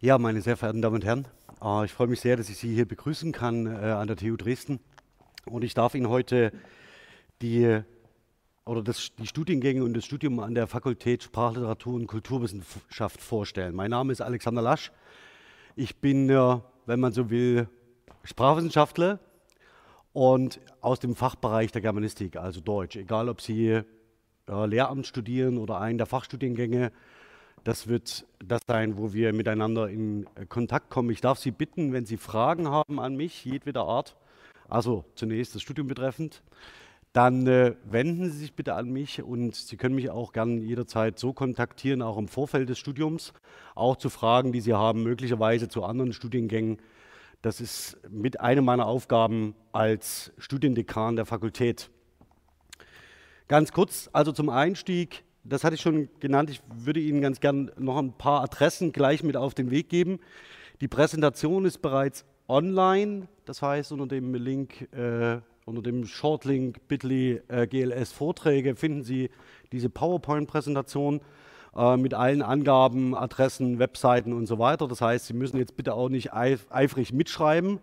Ja, meine sehr verehrten Damen und Herren, ich freue mich sehr, dass ich Sie hier begrüßen kann an der TU Dresden. Und ich darf Ihnen heute die, die Studiengänge und das Studium an der Fakultät Sprachliteratur und Kulturwissenschaft vorstellen. Mein Name ist Alexander Lasch. Ich bin, wenn man so will, Sprachwissenschaftler und aus dem Fachbereich der Germanistik, also Deutsch. Egal, ob Sie Lehramt studieren oder einen der Fachstudiengänge, das wird das sein, wo wir miteinander in Kontakt kommen. Ich darf Sie bitten, wenn Sie Fragen haben an mich, jedweder Art, also zunächst das Studium betreffend, dann wenden Sie sich bitte an mich und Sie können mich auch gern jederzeit so kontaktieren, auch im Vorfeld des Studiums, auch zu Fragen, die Sie haben, möglicherweise zu anderen Studiengängen. Das ist mit einer meiner Aufgaben als Studiendekan der Fakultät. Ganz kurz, also zum Einstieg, das hatte ich schon genannt, ich würde Ihnen ganz gern noch ein paar Adressen gleich mit auf den Weg geben. Die Präsentation ist bereits online, das heißt unter dem Link, unter dem Shortlink bit.ly GLS Vorträge finden Sie diese PowerPoint-Präsentation mit allen Angaben, Adressen, Webseiten und so weiter. Das heißt, Sie müssen jetzt bitte auch nicht eifrig mitschreiben.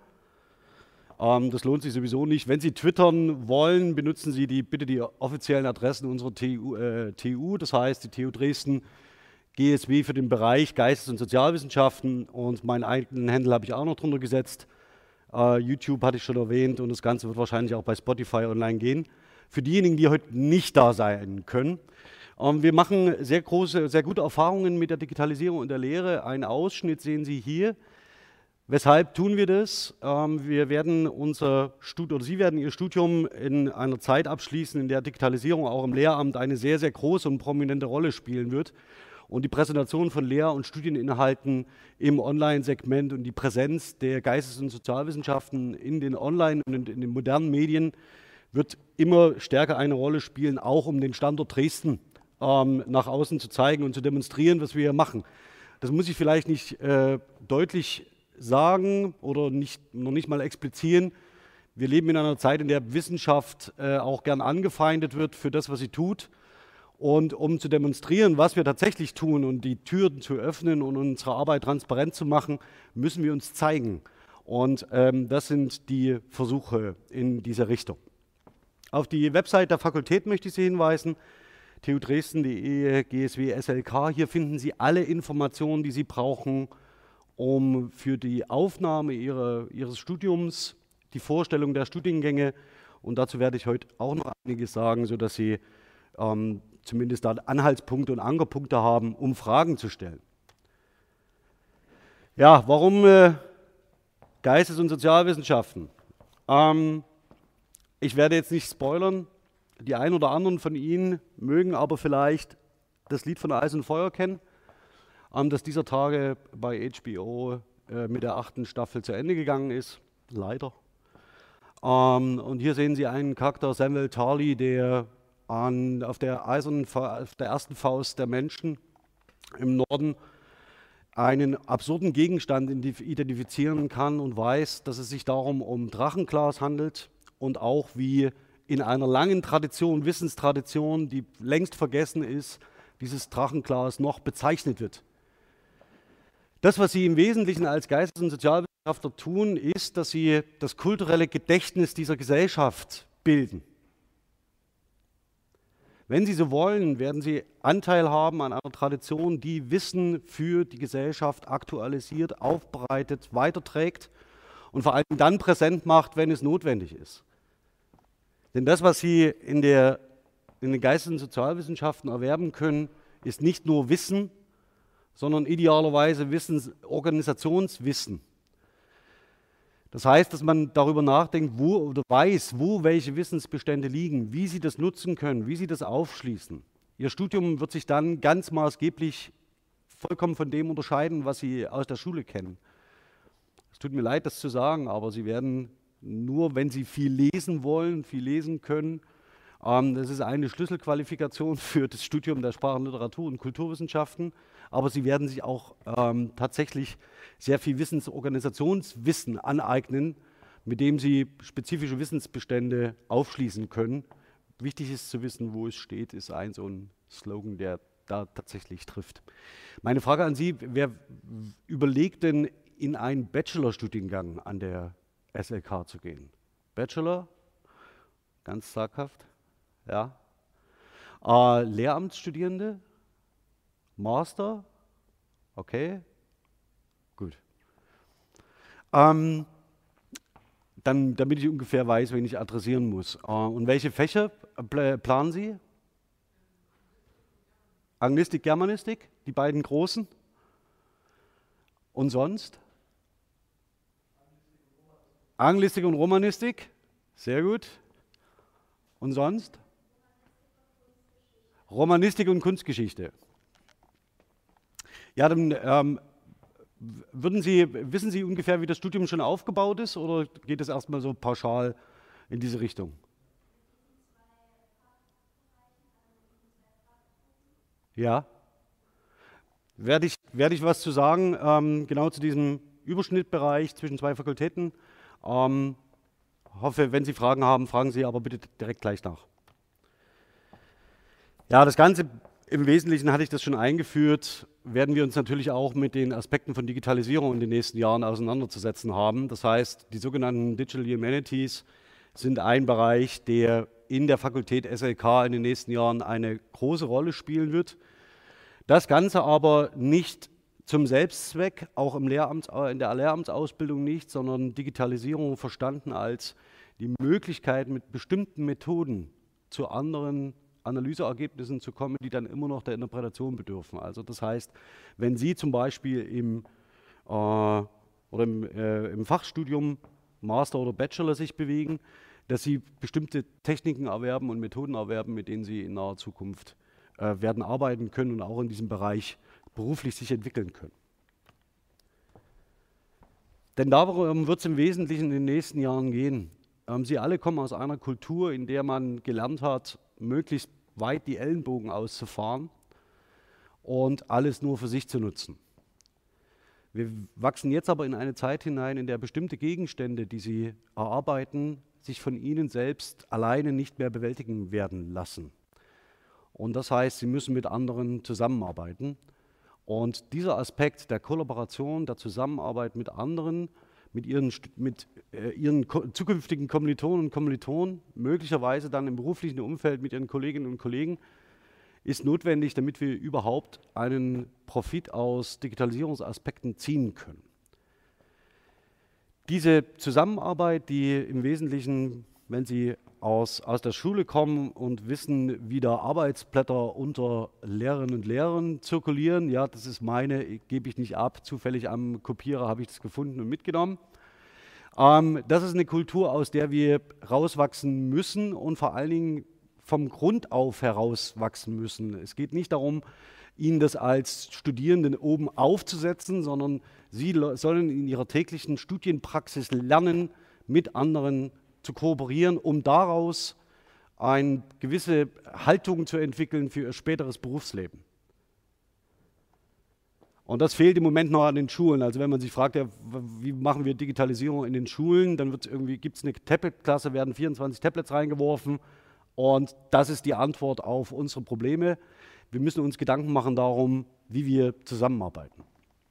Das lohnt sich sowieso nicht. Wenn Sie twittern wollen, benutzen Sie bitte die offiziellen Adressen unserer TU, das heißt die TU Dresden, GSW für den Bereich Geistes- und Sozialwissenschaften, und meinen eigenen Handle habe ich auch noch drunter gesetzt. YouTube hatte ich schon erwähnt und das Ganze wird wahrscheinlich auch bei Spotify online gehen. Für diejenigen, die heute nicht da sein können. Wir machen sehr gute Erfahrungen mit der Digitalisierung und der Lehre. Einen Ausschnitt sehen Sie hier. Weshalb tun wir das? Wir werden Sie werden Ihr Studium in einer Zeit abschließen, in der Digitalisierung auch im Lehramt eine sehr, sehr große und prominente Rolle spielen wird. Und die Präsentation von Lehr- und Studieninhalten im Online-Segment und die Präsenz der Geistes- und Sozialwissenschaften in den Online- und in den modernen Medien wird immer stärker eine Rolle spielen, auch um den Standort Dresden nach außen zu zeigen und zu demonstrieren, was wir hier machen. Das muss ich vielleicht nicht deutlich sagen oder noch nicht mal explizieren. Wir leben in einer Zeit, in der Wissenschaft auch gern angefeindet wird für das, was sie tut. Und um zu demonstrieren, was wir tatsächlich tun und die Türen zu öffnen und unsere Arbeit transparent zu machen, müssen wir uns zeigen. Und das sind die Versuche in dieser Richtung. Auf die Website der Fakultät möchte ich Sie hinweisen, tudresden.de GSW SLK. Hier finden Sie alle Informationen, die Sie brauchen, um für die Aufnahme Ihres Studiums, die Vorstellung der Studiengänge, und dazu werde ich heute auch noch einiges sagen, sodass Sie zumindest da Anhaltspunkte und Ankerpunkte haben, um Fragen zu stellen. Ja, warum Geistes- und Sozialwissenschaften? Ich werde jetzt nicht spoilern, die einen oder anderen von Ihnen mögen aber vielleicht das Lied von Eis und Feuer kennen, das dieser Tage bei HBO mit der 8. Staffel zu Ende gegangen ist, leider. Und hier sehen Sie einen Charakter, Samuel Tarly, der auf der ersten Faust der Menschen im Norden einen absurden Gegenstand identifizieren kann und weiß, dass es sich darum um Drachenglas handelt und auch wie in einer langen Tradition, Wissenstradition, die längst vergessen ist, dieses Drachenglas noch bezeichnet wird. Das, was Sie im Wesentlichen als Geistes- und Sozialwissenschaftler tun, ist, dass Sie das kulturelle Gedächtnis dieser Gesellschaft bilden. Wenn Sie so wollen, werden Sie Anteil haben an einer Tradition, die Wissen für die Gesellschaft aktualisiert, aufbereitet, weiterträgt und vor allem dann präsent macht, wenn es notwendig ist. Denn das, was Sie in den Geistes- und Sozialwissenschaften erwerben können, ist nicht nur Wissen, sondern idealerweise Organisationswissen. Das heißt, dass man darüber nachdenkt, wo welche Wissensbestände liegen, wie Sie das nutzen können, wie Sie das aufschließen. Ihr Studium wird sich dann ganz maßgeblich vollkommen von dem unterscheiden, was Sie aus der Schule kennen. Es tut mir leid, das zu sagen, aber Sie werden nur, wenn Sie viel lesen wollen, viel lesen können. Das ist eine Schlüsselqualifikation für das Studium der Sprachen, Literatur und Kulturwissenschaften. Aber Sie werden sich auch tatsächlich sehr viel Organisationswissen aneignen, mit dem Sie spezifische Wissensbestände aufschließen können. Wichtig ist zu wissen, wo es steht, ist so ein Slogan, der da tatsächlich trifft. Meine Frage an Sie, wer überlegt denn, in einen Bachelorstudiengang an der SLK zu gehen? Bachelor? Ganz zaghaft? Ja. Lehramtsstudierende? Master? Okay, gut. Damit ich ungefähr weiß, wen ich adressieren muss. Und welche Fächer planen Sie? Anglistik, Germanistik, die beiden großen. Und sonst? Anglistik und Romanistik, sehr gut. Und sonst? Romanistik und Kunstgeschichte. Ja, dann wissen Sie ungefähr, wie das Studium schon aufgebaut ist, oder geht es erstmal so pauschal in diese Richtung? Ja, werde ich was zu sagen, genau zu diesem Überschnittbereich zwischen zwei Fakultäten. Ähm, hoffe, wenn Sie Fragen haben, fragen Sie aber bitte direkt gleich nach. Ja, das Ganze im Wesentlichen hatte ich das schon eingeführt, werden wir uns natürlich auch mit den Aspekten von Digitalisierung in den nächsten Jahren auseinanderzusetzen haben. Das heißt, die sogenannten Digital Humanities sind ein Bereich, der in der Fakultät SLK in den nächsten Jahren eine große Rolle spielen wird. Das Ganze aber nicht zum Selbstzweck, auch in der Lehramtsausbildung nicht, sondern Digitalisierung verstanden als die Möglichkeit, mit bestimmten Methoden zu anderen Analyseergebnissen zu kommen, die dann immer noch der Interpretation bedürfen. Also das heißt, wenn Sie zum Beispiel im Fachstudium Master oder Bachelor sich bewegen, dass Sie bestimmte Techniken erwerben und Methoden erwerben, mit denen Sie in naher Zukunft werden arbeiten können und auch in diesem Bereich beruflich sich entwickeln können. Denn darum wird es im Wesentlichen in den nächsten Jahren gehen. Sie alle kommen aus einer Kultur, in der man gelernt hat, möglichst weit die Ellenbogen auszufahren und alles nur für sich zu nutzen. Wir wachsen jetzt aber in eine Zeit hinein, in der bestimmte Gegenstände, die Sie erarbeiten, sich von Ihnen selbst alleine nicht mehr bewältigen werden lassen. Und das heißt, Sie müssen mit anderen zusammenarbeiten. Und dieser Aspekt der Kollaboration, der Zusammenarbeit mit anderen, mit ihren zukünftigen Kommilitonen und Kommilitonen, möglicherweise dann im beruflichen Umfeld mit ihren Kolleginnen und Kollegen, ist notwendig, damit wir überhaupt einen Profit aus Digitalisierungsaspekten ziehen können. Diese Zusammenarbeit, die im Wesentlichen, wenn Sie aus der Schule kommen und wissen, wie da Arbeitsblätter unter Lehrerinnen und Lehrern zirkulieren, ja, das ist meine, gebe ich nicht ab, zufällig am Kopierer habe ich das gefunden und mitgenommen. Das ist eine Kultur, aus der wir rauswachsen müssen und vor allen Dingen vom Grund auf herauswachsen müssen. Es geht nicht darum, Ihnen das als Studierenden oben aufzusetzen, sondern Sie sollen in Ihrer täglichen Studienpraxis lernen, mit anderen zu kooperieren, um daraus eine gewisse Haltung zu entwickeln für Ihr späteres Berufsleben. Und das fehlt im Moment noch an den Schulen. Also wenn man sich fragt, ja, wie machen wir Digitalisierung in den Schulen, dann gibt es eine Tablet-Klasse, werden 24 Tablets reingeworfen und das ist die Antwort auf unsere Probleme. Wir müssen uns Gedanken machen darum, wie wir zusammenarbeiten.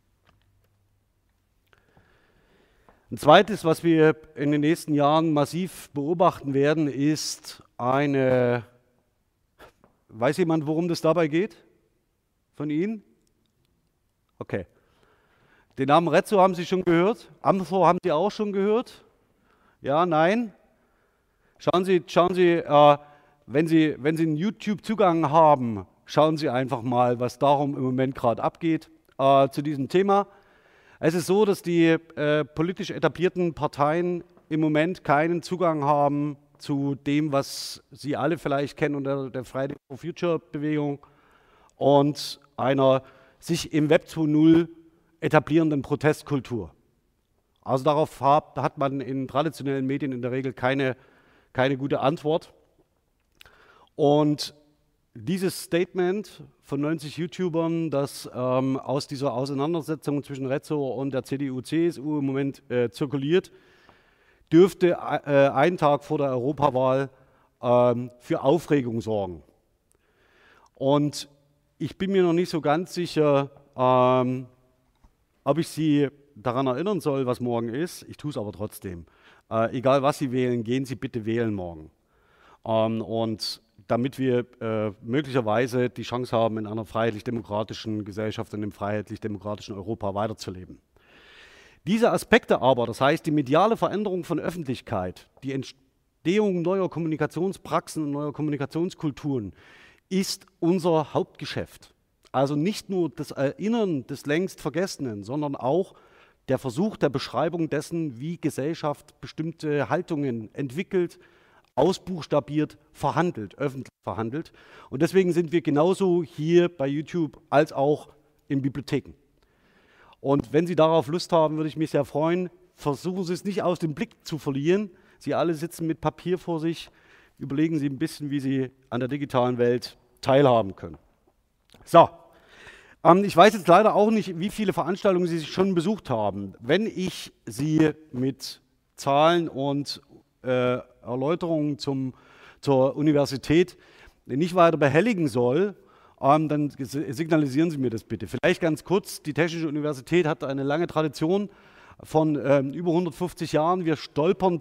Ein zweites, was wir in den nächsten Jahren massiv beobachten werden, ist weiß jemand, worum das dabei geht? Von Ihnen? Okay. Den Namen Rezzo haben Sie schon gehört? Amthor haben Sie auch schon gehört? Ja, nein? Schauen Sie, wenn Sie einen YouTube-Zugang haben, schauen Sie einfach mal, was darum im Moment gerade abgeht zu diesem Thema. Es ist so, dass die politisch etablierten Parteien im Moment keinen Zugang haben zu dem, was Sie alle vielleicht kennen unter der Friday for Future Bewegung und einer sich im Web 2.0 etablierenden Protestkultur. Also darauf hat man in traditionellen Medien in der Regel keine gute Antwort. Und dieses Statement von 90 YouTubern, das aus dieser Auseinandersetzung zwischen Rezzo und der CDU/CSU im Moment zirkuliert, dürfte einen Tag vor der Europawahl für Aufregung sorgen. Und Ich bin mir noch nicht so ganz sicher, ob ich Sie daran erinnern soll, was morgen ist. Ich tue es aber trotzdem. Egal was Sie wählen, gehen Sie bitte wählen morgen. Und damit wir möglicherweise die Chance haben, in einer freiheitlich-demokratischen Gesellschaft und im freiheitlich-demokratischen Europa weiterzuleben. Diese Aspekte aber, das heißt die mediale Veränderung von Öffentlichkeit, die Entstehung neuer Kommunikationspraxen und neuer Kommunikationskulturen, ist unser Hauptgeschäft. Also nicht nur das Erinnern des längst Vergessenen, sondern auch der Versuch der Beschreibung dessen, wie Gesellschaft bestimmte Haltungen entwickelt, ausbuchstabiert, verhandelt, öffentlich verhandelt. Und deswegen sind wir genauso hier bei YouTube als auch in Bibliotheken. Und wenn Sie darauf Lust haben, würde ich mich sehr freuen. Versuchen Sie es nicht aus dem Blick zu verlieren. Sie alle sitzen mit Papier vor sich. Überlegen Sie ein bisschen, wie Sie an der digitalen Welt teilhaben können. So, ich weiß jetzt leider auch nicht, wie viele Veranstaltungen Sie schon besucht haben. Wenn ich Sie mit Zahlen und Erläuterungen zur Universität nicht weiter behelligen soll, dann signalisieren Sie mir das bitte. Vielleicht ganz kurz, die Technische Universität hat eine lange Tradition von über 150 Jahren. Wir stolpern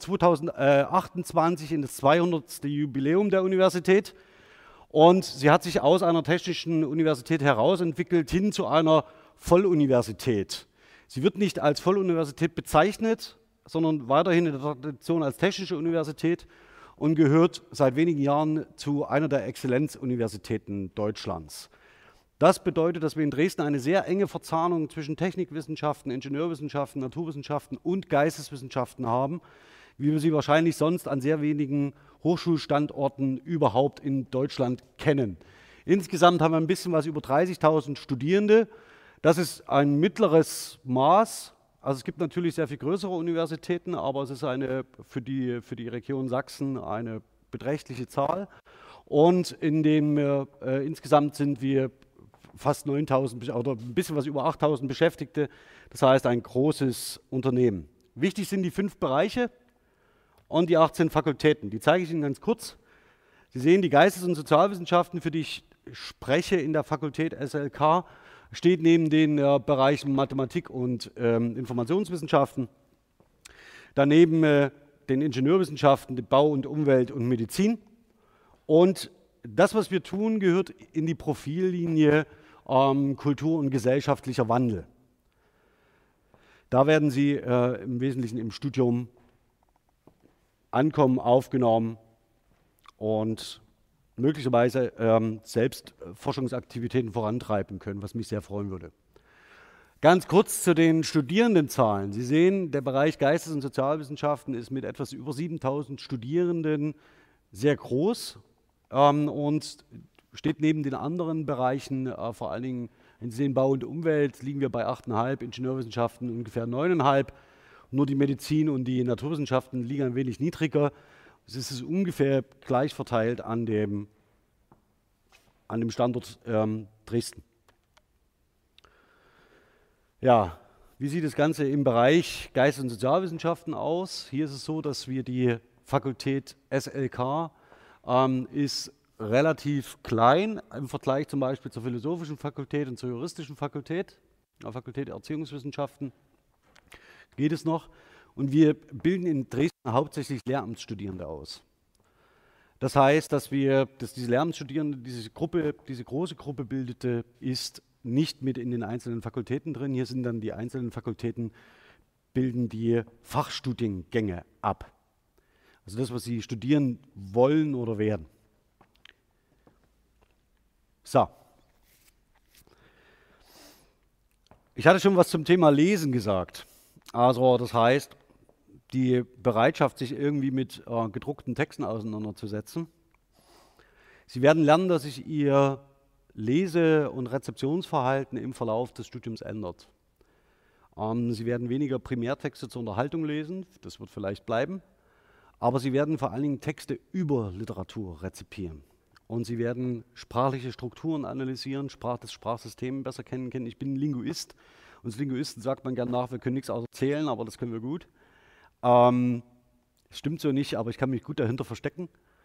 2028 in das 200. Jubiläum der Universität. Und sie hat sich aus einer technischen Universität herausentwickelt hin zu einer Volluniversität. Sie wird nicht als Volluniversität bezeichnet, sondern weiterhin in der Tradition als technische Universität und gehört seit wenigen Jahren zu einer der Exzellenzuniversitäten Deutschlands. Das bedeutet, dass wir in Dresden eine sehr enge Verzahnung zwischen Technikwissenschaften, Ingenieurwissenschaften, Naturwissenschaften und Geisteswissenschaften haben, wie wir sie wahrscheinlich sonst an sehr wenigen Hochschulstandorten überhaupt in Deutschland kennen. Insgesamt haben wir ein bisschen was über 30.000 Studierende. Das ist ein mittleres Maß. Also es gibt natürlich sehr viel größere Universitäten, aber es ist für die Region Sachsen eine beträchtliche Zahl. Und insgesamt sind wir fast 9.000 oder ein bisschen was über 8.000 Beschäftigte. Das heißt ein großes Unternehmen. Wichtig sind die 5 Bereiche und die 18 Fakultäten. Die zeige ich Ihnen ganz kurz. Sie sehen die Geistes- und Sozialwissenschaften, für die ich spreche in der Fakultät SLK, steht neben den Bereichen Mathematik und Informationswissenschaften, daneben den Ingenieurwissenschaften, den Bau und Umwelt und Medizin. Und das, was wir tun, gehört in die Profillinie Kultur und gesellschaftlicher Wandel. Da werden Sie im Wesentlichen im Studium ankommen, aufgenommen und möglicherweise selbst Forschungsaktivitäten vorantreiben können, was mich sehr freuen würde. Ganz kurz zu den Studierendenzahlen. Sie sehen, der Bereich Geistes- und Sozialwissenschaften ist mit etwas über 7.000 Studierenden sehr groß und steht neben den anderen Bereichen, vor allen Dingen in den Bau und Umwelt, liegen wir bei 8,5, Ingenieurwissenschaften ungefähr 9,5. Nur die Medizin und die Naturwissenschaften liegen ein wenig niedriger. Es ist ungefähr gleich verteilt an dem Standort Dresden. Ja, wie sieht das Ganze im Bereich Geistes- und Sozialwissenschaften aus? Hier ist es so, dass wir die Fakultät SLK ist relativ klein im Vergleich zum Beispiel zur philosophischen Fakultät und zur juristischen Fakultät, der Fakultät der Erziehungswissenschaften geht es noch. Und wir bilden in Dresden hauptsächlich Lehramtsstudierende aus. Das heißt, dass diese Lehramtsstudierende, diese große Gruppe bildete, ist nicht mit in den einzelnen Fakultäten drin. Hier sind dann die einzelnen Fakultäten, bilden die Fachstudiengänge ab. Also das, was Sie studieren wollen oder werden. So. Ich hatte schon was zum Thema Lesen gesagt. Also das heißt, die Bereitschaft, sich irgendwie mit gedruckten Texten auseinanderzusetzen. Sie werden lernen, dass sich Ihr Lese- und Rezeptionsverhalten im Verlauf des Studiums ändert. Sie werden weniger Primärtexte zur Unterhaltung lesen, das wird vielleicht bleiben, aber Sie werden vor allen Dingen Texte über Literatur rezipieren. Und Sie werden sprachliche Strukturen analysieren, das Sprachsystem besser kennen. Ich bin Linguist. Und als Linguisten sagt man gern nach, wir können nichts außer zählen, aber das können wir gut. Stimmt so nicht, aber ich kann mich gut dahinter verstecken.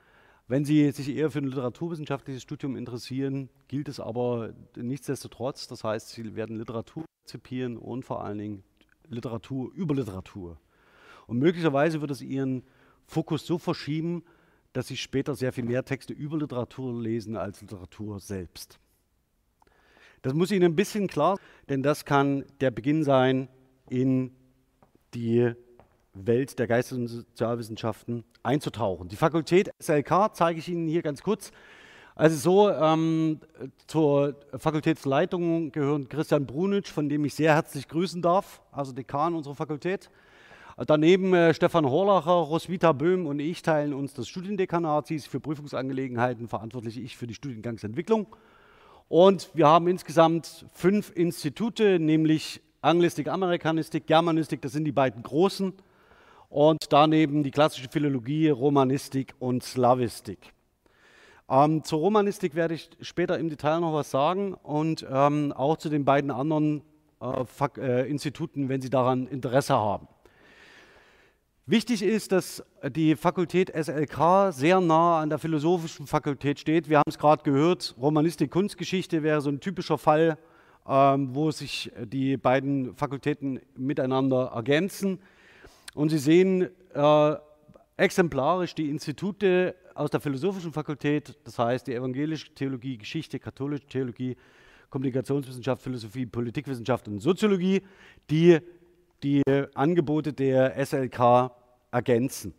Wenn Sie sich eher für ein literaturwissenschaftliches Studium interessieren, gilt es aber nichtsdestotrotz. Das heißt, Sie werden Literatur rezipieren und vor allen Dingen Literatur über Literatur. Und möglicherweise wird es Ihren Fokus so verschieben, dass Sie später sehr viel mehr Texte über Literatur lesen als Literatur selbst. Das muss Ihnen ein bisschen klar sein, denn das kann der Beginn sein, in die Welt der Geistes- und Sozialwissenschaften einzutauchen. Die Fakultät SLK zeige ich Ihnen hier ganz kurz. Also so, zur Fakultätsleitung gehören Christian Brunitsch, von dem ich sehr herzlich grüßen darf, also Dekan unserer Fakultät. Daneben Stefan Horlacher, Roswitha Böhm und ich teilen uns das Studiendekanat. Sie ist für Prüfungsangelegenheiten verantwortlich, ich für die Studiengangsentwicklung. Und wir haben insgesamt 5 Institute, nämlich Anglistik, Amerikanistik, Germanistik, das sind die beiden großen. Und daneben die klassische Philologie, Romanistik und Slawistik. Zur Romanistik werde ich später im Detail noch was sagen und auch zu den beiden anderen Instituten, wenn Sie daran Interesse haben. Wichtig ist, dass die Fakultät SLK sehr nah an der philosophischen Fakultät steht. Wir haben es gerade gehört, Romanistik, Kunstgeschichte wäre so ein typischer Fall, wo sich die beiden Fakultäten miteinander ergänzen. Und Sie sehen exemplarisch die Institute aus der philosophischen Fakultät, das heißt die evangelische Theologie, Geschichte, katholische Theologie, Kommunikationswissenschaft, Philosophie, Politikwissenschaft und Soziologie, die die Angebote der SLK ergänzen.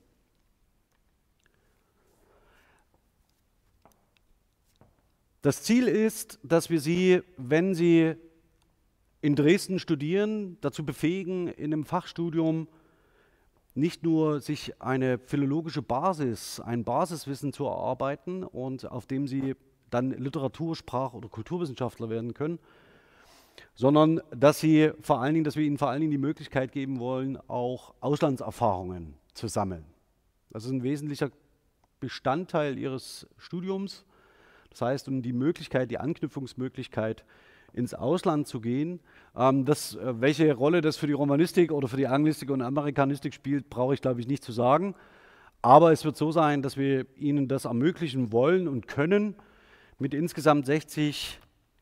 Das Ziel ist, dass wir Sie, wenn Sie in Dresden studieren, dazu befähigen, in einem Fachstudium nicht nur sich eine philologische Basis, ein Basiswissen zu erarbeiten und auf dem Sie dann Literatur-, Sprach- oder Kulturwissenschaftler werden können, sondern dass wir Ihnen vor allen Dingen die Möglichkeit geben wollen, auch Auslandserfahrungen zu sammeln. Das ist ein wesentlicher Bestandteil Ihres Studiums. Das heißt, um die Möglichkeit, die Anknüpfungsmöglichkeit, ins Ausland zu gehen. Welche Rolle das für die Romanistik oder für die Anglistik und Amerikanistik spielt, brauche ich, glaube ich, nicht zu sagen. Aber es wird so sein, dass wir Ihnen das ermöglichen wollen und können mit insgesamt 60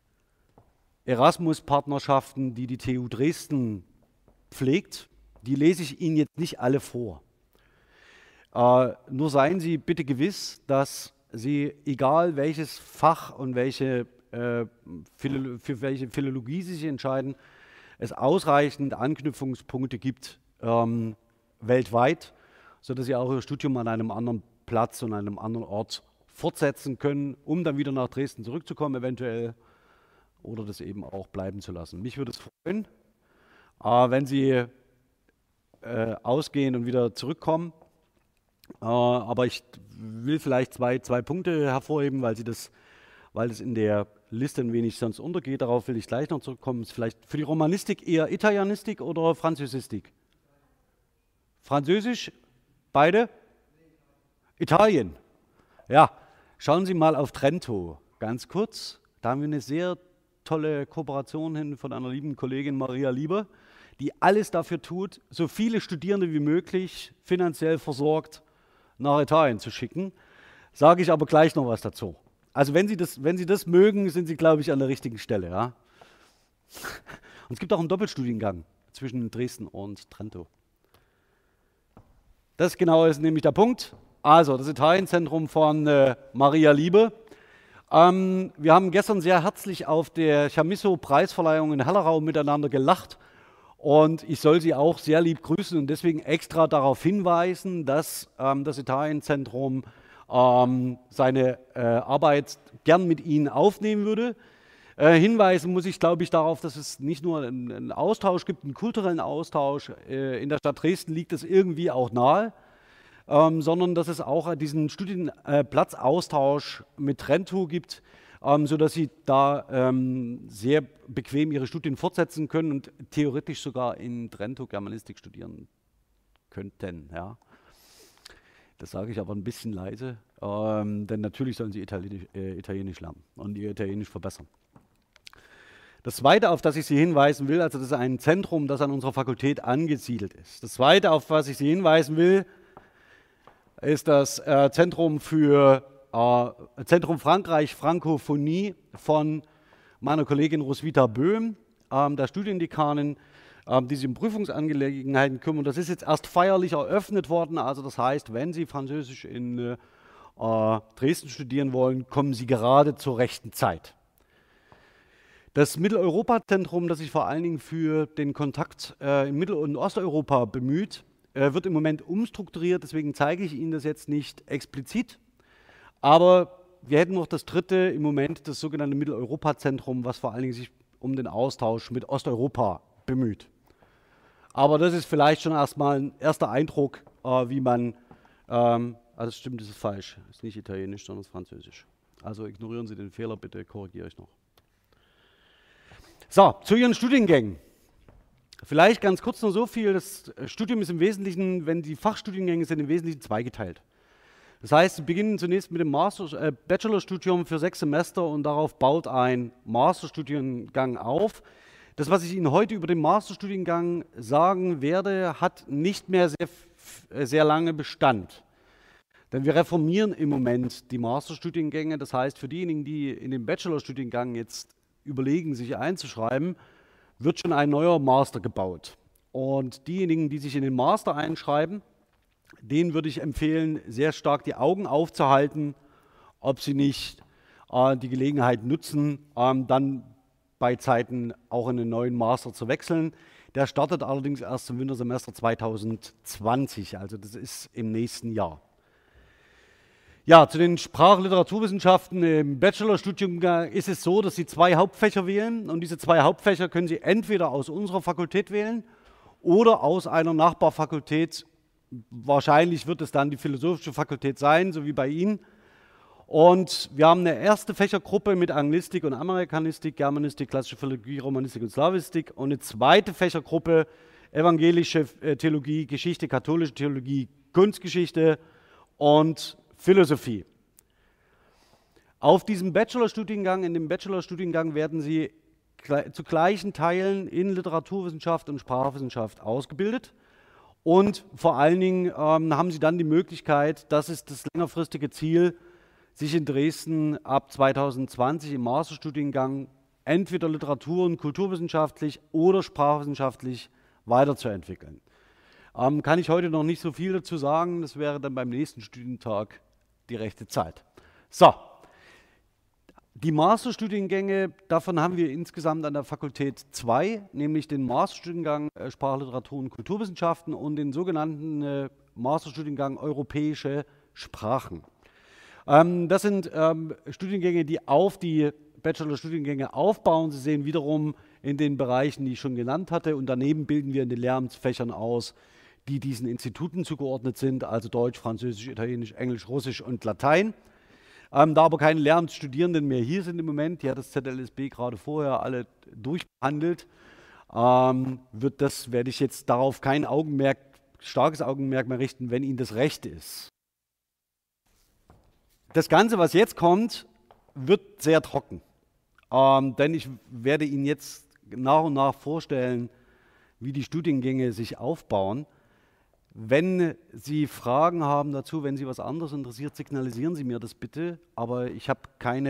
Erasmus-Partnerschaften, die die TU Dresden pflegt. Die lese ich Ihnen jetzt nicht alle vor. Nur seien Sie bitte gewiss, dass Sie, egal welches Fach und für welche Philologie Sie sich entscheiden, es ausreichend Anknüpfungspunkte gibt weltweit, sodass Sie auch Ihr Studium an einem anderen Platz und einem anderen Ort fortsetzen können, um dann wieder nach Dresden zurückzukommen eventuell oder das eben auch bleiben zu lassen. Mich würde es freuen, wenn Sie ausgehen und wieder zurückkommen. Aber ich will vielleicht zwei Punkte hervorheben, weil es in der Liste ein wenig sonst untergeht. Darauf will ich gleich noch zurückkommen. Ist vielleicht für die Romanistik eher Italienistik oder Französistik? Französisch? Beide? Italien. Ja, schauen Sie mal auf Trento. Ganz kurz, da haben wir eine sehr tolle Kooperation hin von einer lieben Kollegin Maria Lieber, die alles dafür tut, so viele Studierende wie möglich finanziell versorgt nach Italien zu schicken. Sage ich aber gleich noch was dazu. Also wenn Sie das mögen, sind Sie, glaube ich, an der richtigen Stelle. Ja? Und es gibt auch einen Doppelstudiengang zwischen Dresden und Trento. Das genau ist nämlich der Punkt. Also das Italienzentrum von Maria Liebe. Wir haben gestern sehr herzlich auf der Chamisso-Preisverleihung in Hellerau miteinander gelacht. Und ich soll Sie auch sehr lieb grüßen und deswegen extra darauf hinweisen, dass das Italienzentrum seine Arbeit gern mit Ihnen aufnehmen würde. Hinweisen muss ich, glaube ich, darauf, dass es nicht nur einen Austausch gibt, einen kulturellen Austausch. In der Stadt Dresden liegt es irgendwie auch nahe, sondern dass es auch diesen Studienplatzaustausch mit Trento gibt, sodass Sie da sehr bequem Ihre Studien fortsetzen können und theoretisch sogar in Trento Germanistik studieren könnten. Ja. Das sage ich aber ein bisschen leise, denn natürlich sollen Sie Italienisch lernen und Ihr Italienisch verbessern. Das Zweite, auf das ich Sie hinweisen will, also das ist ein Zentrum, das an unserer Fakultät angesiedelt ist. Das Zweite, auf was ich Sie hinweisen will, ist das Zentrum für Zentrum Frankreich Frankophonie von meiner Kollegin Roswitha Böhm, der Studiendekanin, die sich um Prüfungsangelegenheiten kümmern. Das ist jetzt erst feierlich eröffnet worden, also das heißt, wenn Sie Französisch in Dresden studieren wollen, kommen Sie gerade zur rechten Zeit. Das Mitteleuropa-Zentrum, das sich vor allen Dingen für den Kontakt in Mittel- und Osteuropa bemüht, wird im Moment umstrukturiert, deswegen zeige ich Ihnen das jetzt nicht explizit. Aber wir hätten noch das dritte im Moment, das sogenannte Mitteleuropa-Zentrum, was vor allen Dingen sich um den Austausch mit Osteuropa bemüht. Aber das ist vielleicht schon erstmal ein erster Eindruck, wie man, also das stimmt, das ist falsch, das ist nicht Italienisch, sondern Französisch. Also ignorieren Sie den Fehler, bitte korrigiere ich noch. So, zu Ihren Studiengängen. Vielleicht ganz kurz nur so viel, das Studium ist im Wesentlichen, wenn die Fachstudiengänge sind, im Wesentlichen zweigeteilt. Das heißt, Sie beginnen zunächst mit dem Bachelorstudium für 6 Semester und darauf baut ein Masterstudiengang auf. Das, was ich Ihnen heute über den Masterstudiengang sagen werde, hat nicht mehr sehr lange Bestand. Denn wir reformieren im Moment die Masterstudiengänge. Das heißt, für diejenigen, die in den Bachelorstudiengang jetzt überlegen, sich einzuschreiben, wird schon ein neuer Master gebaut. Und diejenigen, die sich in den Master einschreiben, denen würde ich empfehlen, sehr stark die Augen aufzuhalten, ob sie nicht die Gelegenheit nutzen, dann bei Zeiten auch in den neuen Master zu wechseln. Der startet allerdings erst im Wintersemester 2020, also das ist im nächsten Jahr. Ja, zu den Sprach-Literaturwissenschaften im Bachelorstudium ist es so, dass Sie 2 Hauptfächer wählen und diese 2 Hauptfächer können Sie entweder aus unserer Fakultät wählen oder aus einer Nachbarfakultät. Wahrscheinlich wird es dann die Philosophische Fakultät sein, so wie bei Ihnen. Und wir haben eine erste Fächergruppe mit Anglistik und Amerikanistik, Germanistik, klassische Philologie, Romanistik und Slawistik und eine zweite Fächergruppe evangelische Theologie, Geschichte, katholische Theologie, Kunstgeschichte und Philosophie. Auf diesem Bachelorstudiengang, in dem Bachelorstudiengang werden Sie zu gleichen Teilen in Literaturwissenschaft und Sprachwissenschaft ausgebildet. Und vor allen Dingen haben Sie dann die Möglichkeit, das ist das längerfristige Ziel, sich in Dresden ab 2020 im Masterstudiengang entweder literatur- und kulturwissenschaftlich oder sprachwissenschaftlich weiterzuentwickeln. Kann ich heute noch nicht so viel dazu sagen, das wäre dann beim nächsten Studientag die rechte Zeit. So, die Masterstudiengänge, davon haben wir insgesamt an der Fakultät 2, nämlich den Masterstudiengang Sprachliteratur und Kulturwissenschaften und den sogenannten Masterstudiengang Europäische Sprachen. Das sind Studiengänge, die auf die Bachelorstudiengänge aufbauen. Sie sehen wiederum in den Bereichen, die ich schon genannt hatte, und daneben bilden wir in den Lehramtsfächern aus, die diesen Instituten zugeordnet sind, also Deutsch, Französisch, Italienisch, Englisch, Russisch und Latein. Da aber keine Lehramtsstudierenden mehr hier sind im Moment, die hat das ZLSB gerade vorher alle durchbehandelt, werde ich jetzt darauf kein starkes Augenmerk mehr richten, wenn Ihnen das recht ist. Das Ganze, was jetzt kommt, wird sehr trocken, denn ich werde Ihnen jetzt nach und nach vorstellen, wie die Studiengänge sich aufbauen. Wenn Sie Fragen haben dazu, wenn Sie was anderes interessiert, signalisieren Sie mir das bitte, aber ich kann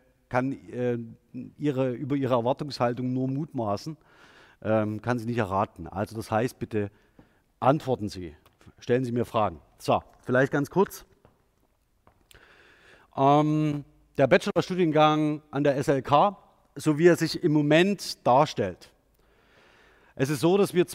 über Ihre Erwartungshaltung nur mutmaßen, kann sie nicht erraten. Also das heißt, bitte antworten Sie, stellen Sie mir Fragen. So, vielleicht ganz kurz. Der Bachelorstudiengang an der SLK, so wie er sich im Moment darstellt. Es ist so, dass Sie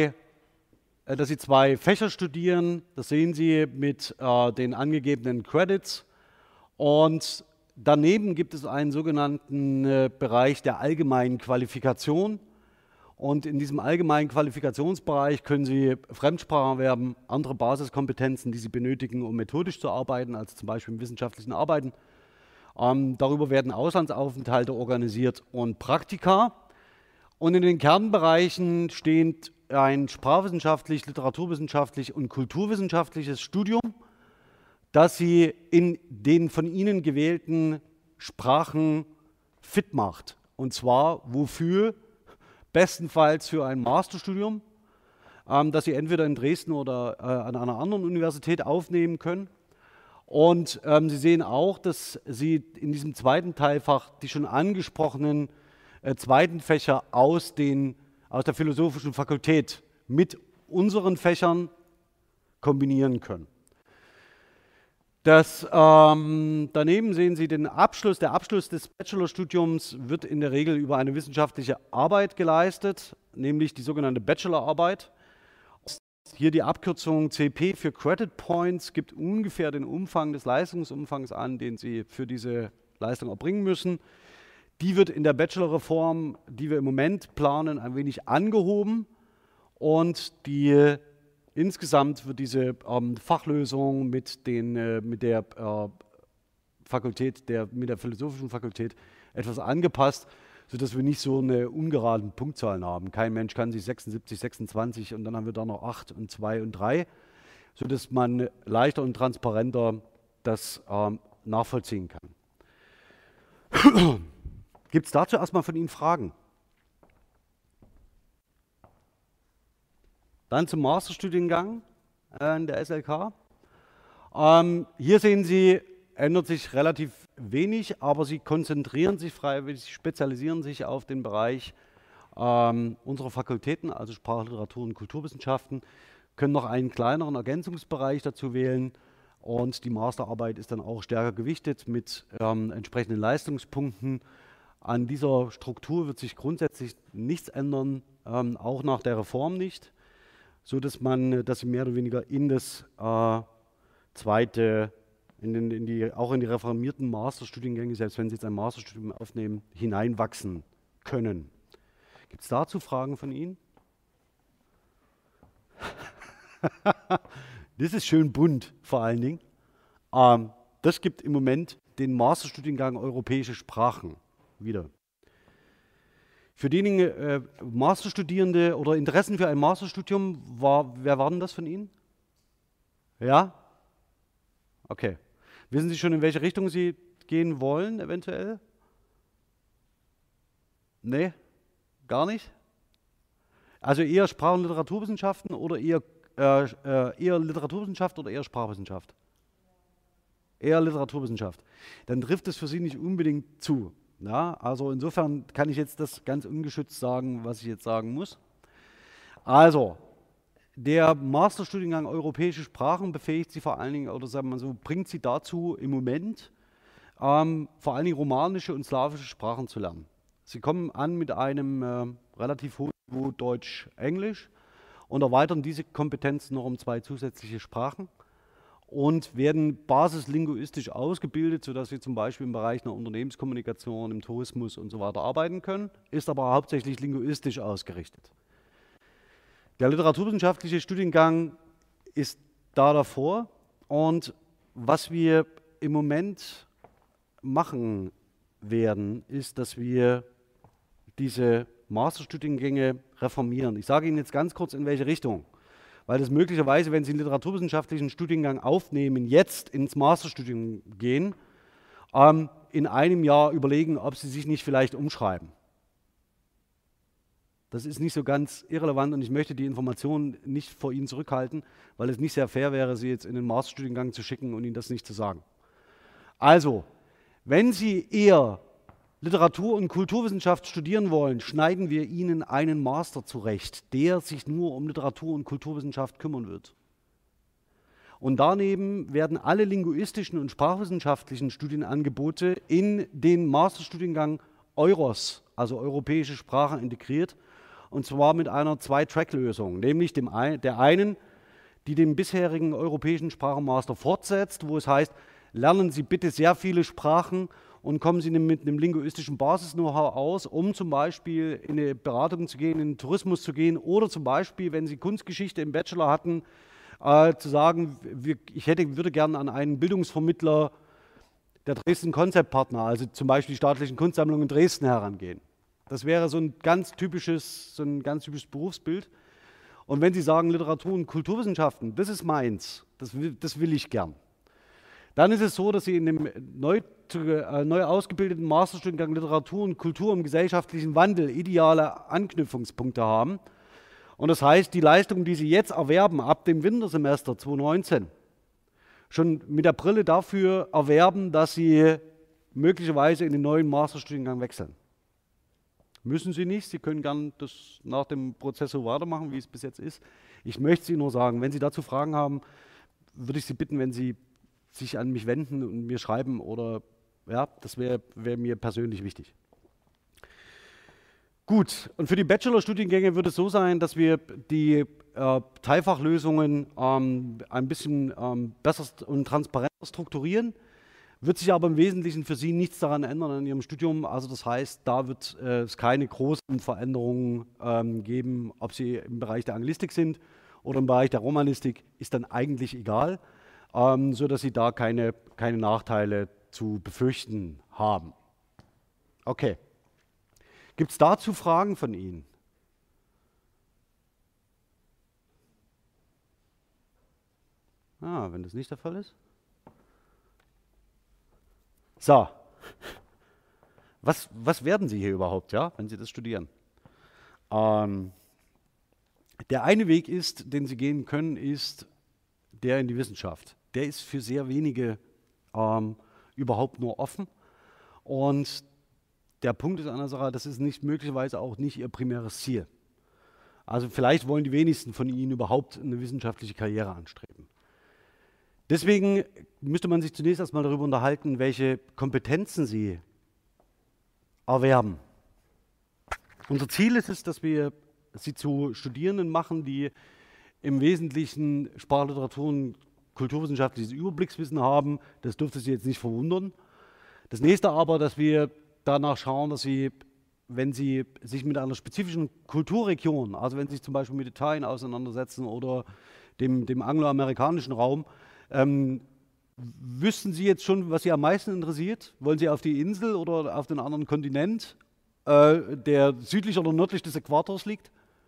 2 Fächer studieren, das sehen Sie mit den angegebenen Credits, und daneben gibt es einen sogenannten Bereich der allgemeinen Qualifikation, und in diesem allgemeinen Qualifikationsbereich können Sie Fremdsprachen erwerben, andere Basiskompetenzen, die Sie benötigen, um methodisch zu arbeiten, also zum Beispiel im wissenschaftlichen Arbeiten. Darüber werden Auslandsaufenthalte organisiert und Praktika. Und in den Kernbereichen steht ein sprachwissenschaftlich, literaturwissenschaftlich und kulturwissenschaftliches Studium, das Sie in den von Ihnen gewählten Sprachen fit macht. Und zwar wofür? Bestenfalls für ein Masterstudium, das Sie entweder in Dresden oder an einer anderen Universität aufnehmen können. Und Sie sehen auch, dass Sie in diesem zweiten Teilfach die schon angesprochenen zweiten Fächer aus der Philosophischen Fakultät mit unseren Fächern kombinieren können. Daneben sehen Sie den Abschluss. Der Abschluss des Bachelorstudiums wird in der Regel über eine wissenschaftliche Arbeit geleistet, nämlich die sogenannte Bachelorarbeit. Hier die Abkürzung CP für Credit Points gibt ungefähr den Umfang des Leistungsumfangs an, den Sie für diese Leistung erbringen müssen. Die wird in der Bachelorreform, die wir im Moment planen, ein wenig angehoben und insgesamt wird diese Fachlösung mit der Philosophischen Fakultät etwas angepasst, sodass wir nicht so eine ungeraden Punktzahlen haben. Kein Mensch kann sich 76, 26 und dann haben wir da noch 8 und 2 und 3, sodass man leichter und transparenter das nachvollziehen kann. Gibt es dazu erstmal von Ihnen Fragen? Dann zum Masterstudiengang in der SLK. Hier sehen Sie, ändert sich relativ wenig, aber Sie konzentrieren sich freiwillig, spezialisieren sich auf den Bereich unserer Fakultäten, also Sprache, Literatur und Kulturwissenschaften, können noch einen kleineren Ergänzungsbereich dazu wählen und die Masterarbeit ist dann auch stärker gewichtet mit entsprechenden Leistungspunkten. An dieser Struktur wird sich grundsätzlich nichts ändern, auch nach der Reform nicht, sodass Sie mehr oder weniger in das zweite, auch in die reformierten Masterstudiengänge, selbst wenn Sie jetzt ein Masterstudium aufnehmen, hineinwachsen können. Gibt es dazu Fragen von Ihnen? Das ist schön bunt vor allen Dingen. Das gibt im Moment den Masterstudiengang Europäische Sprachen wieder. Für diejenigen Masterstudierende oder Interessen für ein Masterstudium, wer war denn das von Ihnen? Ja? Okay. Wissen Sie schon, in welche Richtung Sie gehen wollen, eventuell? Nee? Gar nicht? Also eher Sprach- und Literaturwissenschaften oder eher Literaturwissenschaft oder eher Sprachwissenschaft? Eher Literaturwissenschaft. Dann trifft es für Sie nicht unbedingt zu. Ja, also insofern kann ich jetzt das ganz ungeschützt sagen, was ich jetzt sagen muss. Also, der Masterstudiengang Europäische Sprachen befähigt Sie vor allen Dingen, oder sagen wir so, bringt Sie dazu im Moment, vor allen Dingen romanische und slawische Sprachen zu lernen. Sie kommen an mit einem relativ hohen Niveau Deutsch-Englisch und erweitern diese Kompetenzen noch um 2 zusätzliche Sprachen und werden basislinguistisch ausgebildet, sodass Sie zum Beispiel im Bereich einer Unternehmenskommunikation, im Tourismus und so weiter arbeiten können, ist aber hauptsächlich linguistisch ausgerichtet. Der literaturwissenschaftliche Studiengang ist da davor und was wir im Moment machen werden, ist, dass wir diese Masterstudiengänge reformieren. Ich sage Ihnen jetzt ganz kurz, in welche Richtung. Weil das möglicherweise, wenn Sie einen literaturwissenschaftlichen Studiengang aufnehmen, jetzt ins Masterstudium gehen, in einem Jahr überlegen, ob Sie sich nicht vielleicht umschreiben. Das ist nicht so ganz irrelevant und ich möchte die Informationen nicht vor Ihnen zurückhalten, weil es nicht sehr fair wäre, Sie jetzt in den Masterstudiengang zu schicken und Ihnen das nicht zu sagen. Also, wenn Sie eher Literatur- und Kulturwissenschaft studieren wollen, schneiden wir Ihnen einen Master zurecht, der sich nur um Literatur- und Kulturwissenschaft kümmern wird. Und daneben werden alle linguistischen und sprachwissenschaftlichen Studienangebote in den Masterstudiengang EUROS, also Europäische Sprachen, integriert. Und zwar mit einer 2-Track-Lösung, nämlich der einen, die den bisherigen Europäischen Sprachenmaster fortsetzt, wo es heißt, lernen Sie bitte sehr viele Sprachen und kommen Sie mit einem linguistischen Basis-Know-how aus, um zum Beispiel in eine Beratung zu gehen, in den Tourismus zu gehen oder zum Beispiel, wenn Sie Kunstgeschichte im Bachelor hatten, zu sagen, ich würde gerne an einen Bildungsvermittler der Dresden Konzeptpartner, also zum Beispiel die staatlichen Kunstsammlungen in Dresden, herangehen. Das wäre so ein ganz typisches Berufsbild. Und wenn Sie sagen, Literatur- und Kulturwissenschaften, das ist meins, das will ich gern, dann ist es so, dass Sie in dem neu ausgebildeten Masterstudiengang Literatur und Kultur im gesellschaftlichen Wandel ideale Anknüpfungspunkte haben. Und das heißt, die Leistungen, die Sie jetzt erwerben ab dem Wintersemester 2019, schon mit der Brille dafür erwerben, dass Sie möglicherweise in den neuen Masterstudiengang wechseln. Müssen Sie nicht, Sie können gern das nach dem Prozess so weitermachen, wie es bis jetzt ist. Ich möchte Sie nur sagen, wenn Sie dazu Fragen haben, würde ich Sie bitten, wenn Sie sich an mich wenden und mir schreiben oder ja, das wäre mir persönlich wichtig. Gut, und für die Bachelorstudiengänge wird es so sein, dass wir die Teilfachlösungen ein bisschen besser und transparenter strukturieren. Wird sich aber im Wesentlichen für Sie nichts daran ändern an Ihrem Studium. Also das heißt, da wird es keine großen Veränderungen geben, ob Sie im Bereich der Anglistik sind oder im Bereich der Romanistik, ist dann eigentlich egal, sodass Sie da keine Nachteile zu befürchten haben. Okay. Gibt es dazu Fragen von Ihnen? Wenn das nicht der Fall ist. So, was werden Sie hier überhaupt, ja, wenn Sie das studieren? Der eine Weg ist, den Sie gehen können, ist der in die Wissenschaft. Der ist für sehr wenige überhaupt nur offen. Und der Punkt ist an der Sache, das ist möglicherweise auch nicht Ihr primäres Ziel. Also vielleicht wollen die wenigsten von Ihnen überhaupt eine wissenschaftliche Karriere anstreben. Deswegen müsste man sich zunächst erstmal darüber unterhalten, welche Kompetenzen Sie erwerben. Unser Ziel ist es, dass wir Sie zu Studierenden machen, die im Wesentlichen Sprachliteratur und kulturwissenschaftliches Überblickswissen haben. Das dürfte Sie jetzt nicht verwundern. Das nächste aber, dass wir danach schauen, dass Sie, wenn Sie sich mit einer spezifischen Kulturregion, also wenn Sie sich zum Beispiel mit Italien auseinandersetzen oder dem angloamerikanischen Raum, wüssten Sie jetzt schon, was Sie am meisten interessiert? Wollen Sie auf die Insel oder auf den anderen Kontinent, der südlich oder nördlich des Äquators liegt?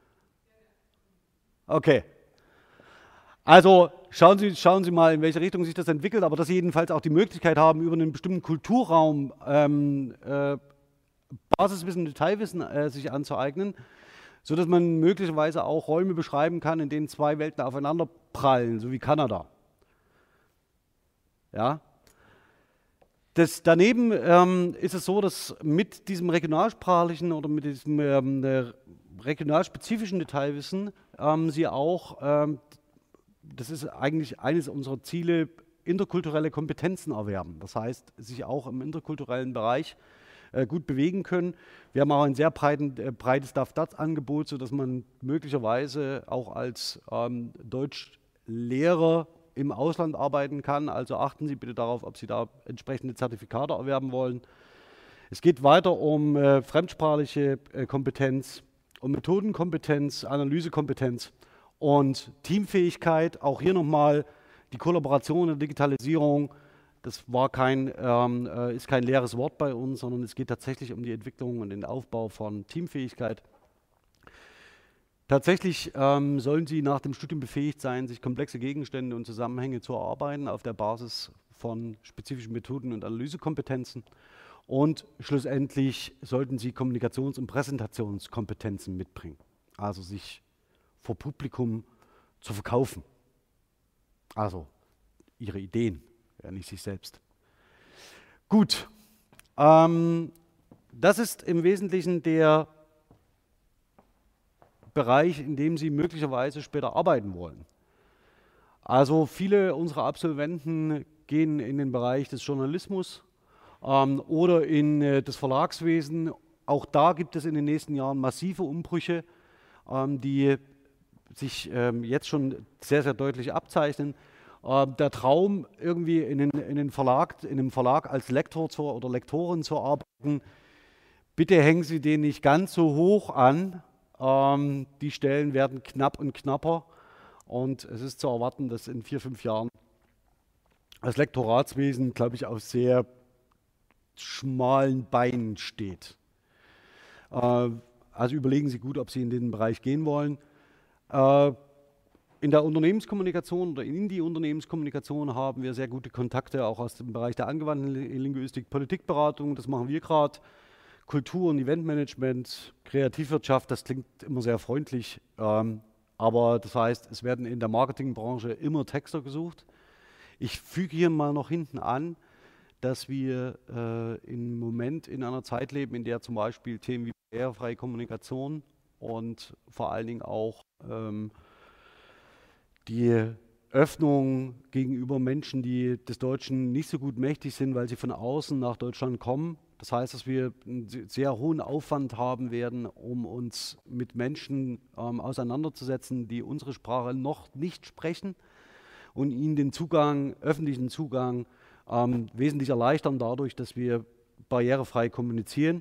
Okay. Also schauen Sie mal, in welche Richtung sich das entwickelt, aber dass Sie jedenfalls auch die Möglichkeit haben, über einen bestimmten Kulturraum Basiswissen, Detailwissen sich anzueignen, sodass man möglicherweise auch Räume beschreiben kann, in denen zwei Welten aufeinander prallen, so wie Kanada. Ja? Daneben ist es so, dass mit diesem regionalsprachlichen oder mit diesem regionalspezifischen Detailwissen Sie auch, das ist eigentlich eines unserer Ziele, interkulturelle Kompetenzen erwerben. Das heißt, sich auch im interkulturellen Bereich gut bewegen können. Wir haben auch ein sehr breites DAF-DATS-Angebot, sodass man möglicherweise auch als Deutschlehrer im Ausland arbeiten kann. Also achten Sie bitte darauf, ob Sie da entsprechende Zertifikate erwerben wollen. Es geht weiter um fremdsprachliche Kompetenz, um Methodenkompetenz, Analysekompetenz und Teamfähigkeit. Auch hier nochmal die Kollaboration und Digitalisierung. Das ist kein leeres Wort bei uns, sondern es geht tatsächlich um die Entwicklung und den Aufbau von Teamfähigkeit. Tatsächlich sollen Sie nach dem Studium befähigt sein, sich komplexe Gegenstände und Zusammenhänge zu erarbeiten auf der Basis von spezifischen Methoden und Analysekompetenzen. Und schlussendlich sollten Sie Kommunikations- und Präsentationskompetenzen mitbringen, also sich vor Publikum zu verkaufen, also Ihre Ideen, ja nicht sich selbst. Gut, das ist im Wesentlichen der Bereich, in dem Sie möglicherweise später arbeiten wollen. Also viele unserer Absolventen gehen in den Bereich des Journalismus oder in das Verlagswesen. Auch da gibt es in den nächsten Jahren massive Umbrüche, die sich jetzt schon sehr, sehr deutlich abzeichnen. Der Traum, irgendwie in einem Verlag als Lektor oder Lektorin zu arbeiten, bitte hängen Sie den nicht ganz so hoch an. Die Stellen werden knapp und knapper und es ist zu erwarten, dass in 4, 5 Jahren das Lektoratswesen, glaube ich, auf sehr schmalen Beinen steht. Also überlegen Sie gut, ob Sie in den Bereich gehen wollen. In der Unternehmenskommunikation oder in die Unternehmenskommunikation haben wir sehr gute Kontakte, auch aus dem Bereich der angewandten Linguistik, Politikberatung, das machen wir gerade. Kultur- und Eventmanagement, Kreativwirtschaft, das klingt immer sehr freundlich, aber das heißt, es werden in der Marketingbranche immer Texter gesucht. Ich füge hier mal noch hinten an, dass wir im Moment in einer Zeit leben, in der zum Beispiel Themen wie barrierefreie Kommunikation und vor allen Dingen auch die Öffnung gegenüber Menschen, die des Deutschen nicht so gut mächtig sind, weil sie von außen nach Deutschland kommen. Das heißt, dass wir einen sehr hohen Aufwand haben werden, um uns mit Menschen auseinanderzusetzen, die unsere Sprache noch nicht sprechen und ihnen den Zugang, öffentlichen Zugang wesentlich erleichtern dadurch, dass wir barrierefrei kommunizieren.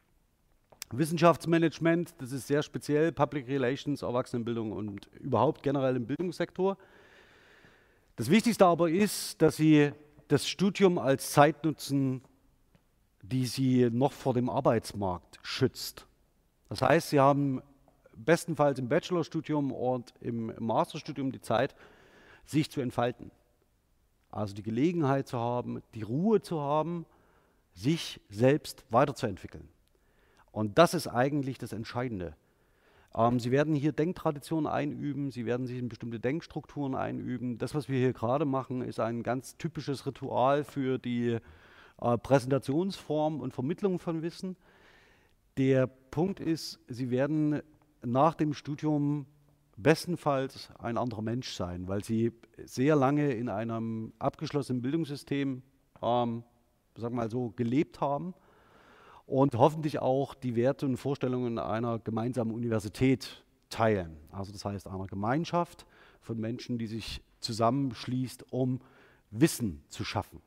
Wissenschaftsmanagement, das ist sehr speziell, Public Relations, Erwachsenenbildung und überhaupt generell im Bildungssektor. Das Wichtigste aber ist, dass Sie das Studium als Zeit nutzen, die Sie noch vor dem Arbeitsmarkt schützt. Das heißt, Sie haben bestenfalls im Bachelorstudium und im Masterstudium die Zeit, sich zu entfalten. Also die Gelegenheit zu haben, die Ruhe zu haben, sich selbst weiterzuentwickeln. Und das ist eigentlich das Entscheidende. Sie werden hier Denktraditionen einüben, Sie werden sich in bestimmte Denkstrukturen einüben. Das, was wir hier gerade machen, ist ein ganz typisches Ritual für die Präsentationsform und Vermittlung von Wissen. Der Punkt ist, Sie werden nach dem Studium bestenfalls ein anderer Mensch sein, weil Sie sehr lange in einem abgeschlossenen Bildungssystem, sagen wir mal so, gelebt haben und hoffentlich auch die Werte und Vorstellungen einer gemeinsamen Universität teilen. Also das heißt einer Gemeinschaft von Menschen, die sich zusammenschließt, um Wissen zu schaffen.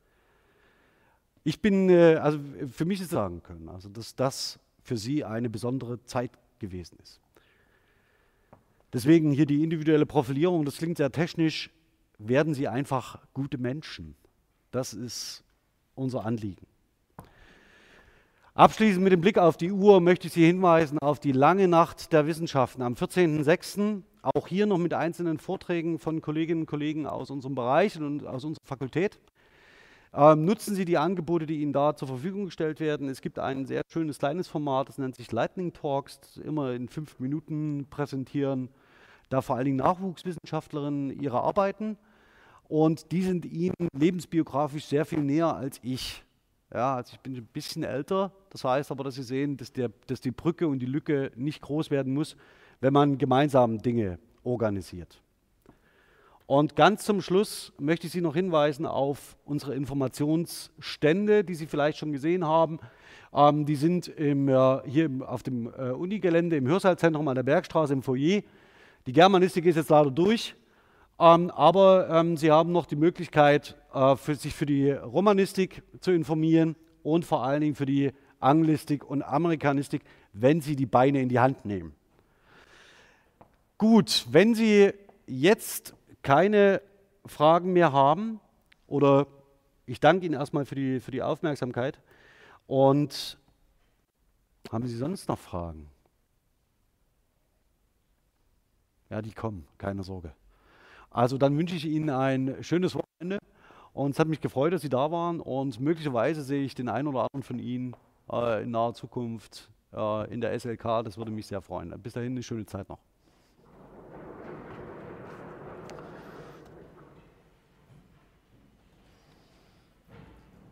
Ich bin, also für mich ist sagen können, also dass das für Sie eine besondere Zeit gewesen ist. Deswegen hier die individuelle Profilierung, das klingt sehr technisch, werden Sie einfach gute Menschen. Das ist unser Anliegen. Abschließend mit dem Blick auf die Uhr möchte ich Sie hinweisen auf die lange Nacht der Wissenschaften am 14.06. Auch hier noch mit einzelnen Vorträgen von Kolleginnen und Kollegen aus unserem Bereich und aus unserer Fakultät. Nutzen Sie die Angebote, die Ihnen da zur Verfügung gestellt werden. Es gibt ein sehr schönes kleines Format, das nennt sich Lightning Talks, immer in 5 Minuten präsentieren, da vor allen Dingen Nachwuchswissenschaftlerinnen ihre Arbeiten. Und die sind Ihnen lebensbiografisch sehr viel näher als ich. Ja, also ich bin ein bisschen älter, das heißt aber, dass Sie sehen, dass die Brücke und die Lücke nicht groß werden muss, wenn man gemeinsam Dinge organisiert. Und ganz zum Schluss möchte ich Sie noch hinweisen auf unsere Informationsstände, die Sie vielleicht schon gesehen haben. Die sind hier auf dem Unigelände im Hörsaalzentrum an der Bergstraße im Foyer. Die Germanistik ist jetzt leider durch. Aber Sie haben noch die Möglichkeit, sich für die Romanistik zu informieren und vor allen Dingen für die Anglistik und Amerikanistik, wenn Sie die Beine in die Hand nehmen. Gut, wenn Sie jetzt keine Fragen mehr haben, oder ich danke Ihnen erstmal für die Aufmerksamkeit. Und haben Sie sonst noch Fragen? Ja, die kommen, keine Sorge. Also dann wünsche ich Ihnen ein schönes Wochenende und es hat mich gefreut, dass Sie da waren und möglicherweise sehe ich den einen oder anderen von Ihnen in naher Zukunft in der SLK. Das würde mich sehr freuen. Bis dahin eine schöne Zeit noch.